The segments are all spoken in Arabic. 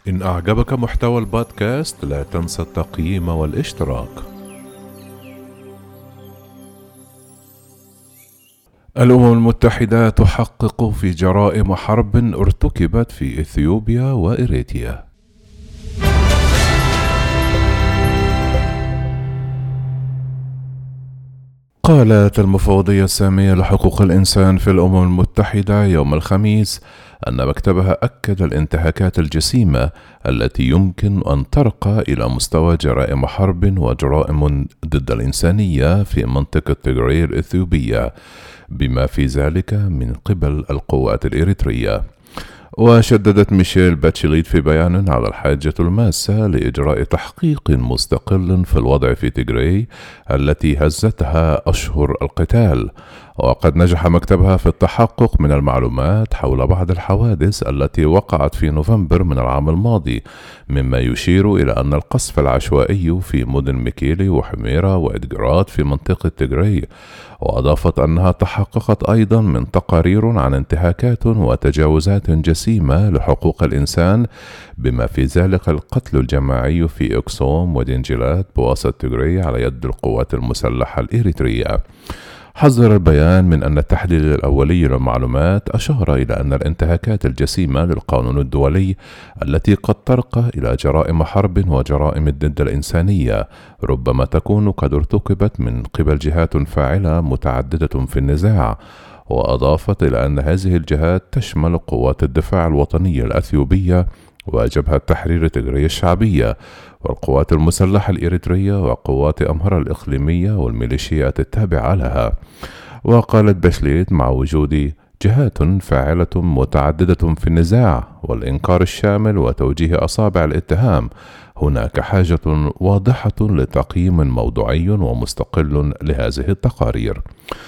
إن أعجبك محتوى البودكاست لا تنسى التقييم والاشتراك. الأمم المتحدة تحقق في جرائم حرب ارتكبت في إثيوبيا وإريتريا. قالت المفوضية السامية لحقوق الإنسان في الأمم المتحدة يوم الخميس أن مكتبها أكد الانتهاكات الجسيمة التي يمكن أن ترقى إلى مستوى جرائم حرب وجرائم ضد الإنسانية في منطقة تيغراي الإثيوبية، بما في ذلك من قبل القوات الإريترية. وشددت ميشيل باتشيليت في بيان على الحاجة الماسة لإجراء تحقيق مستقل في الوضع في تيغراي التي هزتها أشهر القتال، وقد نجح مكتبها في التحقق من المعلومات حول بعض الحوادث التي وقعت في نوفمبر من العام الماضي، مما يشير إلى أن القصف العشوائي في مدن ميكيلي وحميرة وإدجراد في منطقة تيغراي. وأضافت أنها تحققت أيضا من تقارير عن انتهاكات وتجاوزات جسيمة لحقوق الإنسان، بما في ذلك القتل الجماعي في إكسوم ودينجيلات بواسط تيغراي على يد القوات المسلحة الإريترية. حذر البيان من أن التحليل الأولي للمعلومات أشار إلى أن الانتهاكات الجسيمة للقانون الدولي التي قد ترقى إلى جرائم حرب وجرائم ضد الإنسانية ربما تكون قد ارتكبت من قبل جهات فاعلة متعددة في النزاع. وأضافت إلى أن هذه الجهات تشمل قوات الدفاع الوطني الأثيوبية وجبهة تحرير تيغراي الشعبية والقوات المسلحة الإريترية وقوات أمهرة الإقليمية والميليشيات التابعة لها. وقالت باتشيليت: مع وجود جهات فاعلة متعددة في النزاع والإنكار الشامل وتوجيه أصابع الاتهام، هناك حاجة واضحة لتقييم موضوعي ومستقل لهذه التقارير.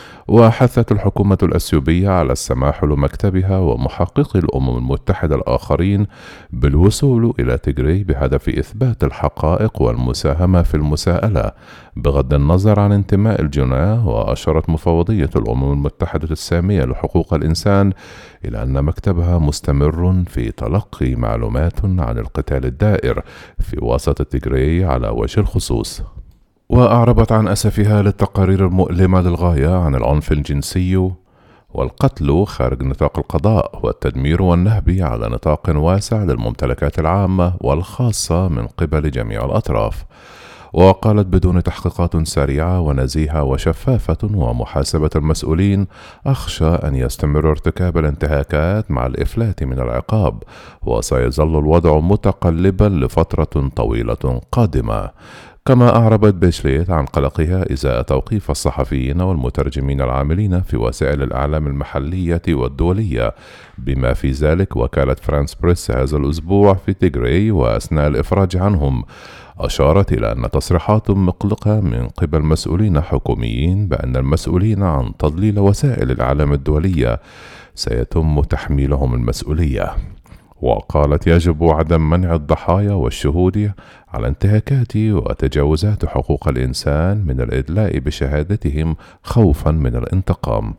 وحثت الحكومة الأثيوبية على السماح لمكتبها ومحققي الأمم المتحدة الآخرين بالوصول إلى تيغراي بهدف إثبات الحقائق والمساهمة في المساءلة بغض النظر عن انتماء الجناة. وأشارت مفوضية الأمم المتحدة السامية لحقوق الإنسان إلى أن مكتبها مستمر في تلقي معلومات عن القتال الدائر في وسط تيغراي على وجه الخصوص. وأعربت عن أسفها للتقارير المؤلمة للغاية عن العنف الجنسي والقتل خارج نطاق القضاء والتدمير والنهب على نطاق واسع للممتلكات العامة والخاصة من قبل جميع الأطراف. وقالت: بدون تحقيقات سريعة ونزيهة وشفافة ومحاسبة المسؤولين أخشى أن يستمر ارتكاب الانتهاكات مع الإفلات من العقاب، وسيظل الوضع متقلبا لفترة طويلة قادمة. كما أعربت باتشيليت عن قلقها إزاء توقيف الصحفيين والمترجمين العاملين في وسائل الإعلام المحلية والدولية، بما في ذلك وكالة فرانس بريس هذا الأسبوع في تيغراي وأثناء الإفراج عنهم. أشارت إلى أن تصريحات مقلقة من قبل مسؤولين حكوميين بأن المسؤولين عن تضليل وسائل الإعلام الدولية سيتم تحميلهم المسؤولية. وقالت: يجب عدم منع الضحايا والشهود على انتهاكات وتجاوزات حقوق الإنسان من الإدلاء بشهادتهم خوفا من الانتقام.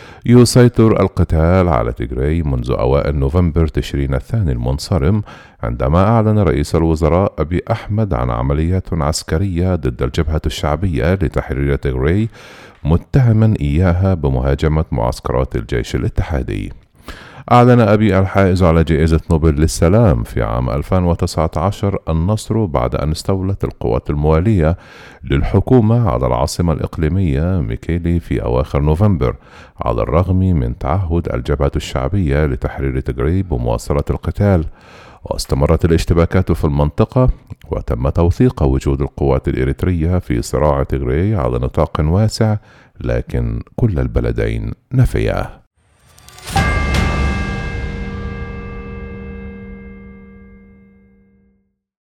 يسيطر القتال على تيغراي منذ أوائل نوفمبر تشرين الثاني المنصرم، عندما أعلن رئيس الوزراء أبي أحمد عن عمليات عسكرية ضد الجبهة الشعبية لتحرير تيغراي، متهما إياها بمهاجمة معسكرات الجيش الاتحادي. أعلن أبي الحائز على جائزة نوبل للسلام في عام 2019 النصر بعد أن استولت القوات الموالية للحكومة على العاصمة الإقليمية ميكيلي في أواخر نوفمبر، على الرغم من تعهد الجبهة الشعبية لتحرير تيغراي بمواصلة القتال. واستمرت الاشتباكات في المنطقة، وتم توثيق وجود القوات الإريترية في صراع تيغراي على نطاق واسع، لكن كل البلدين نفياه.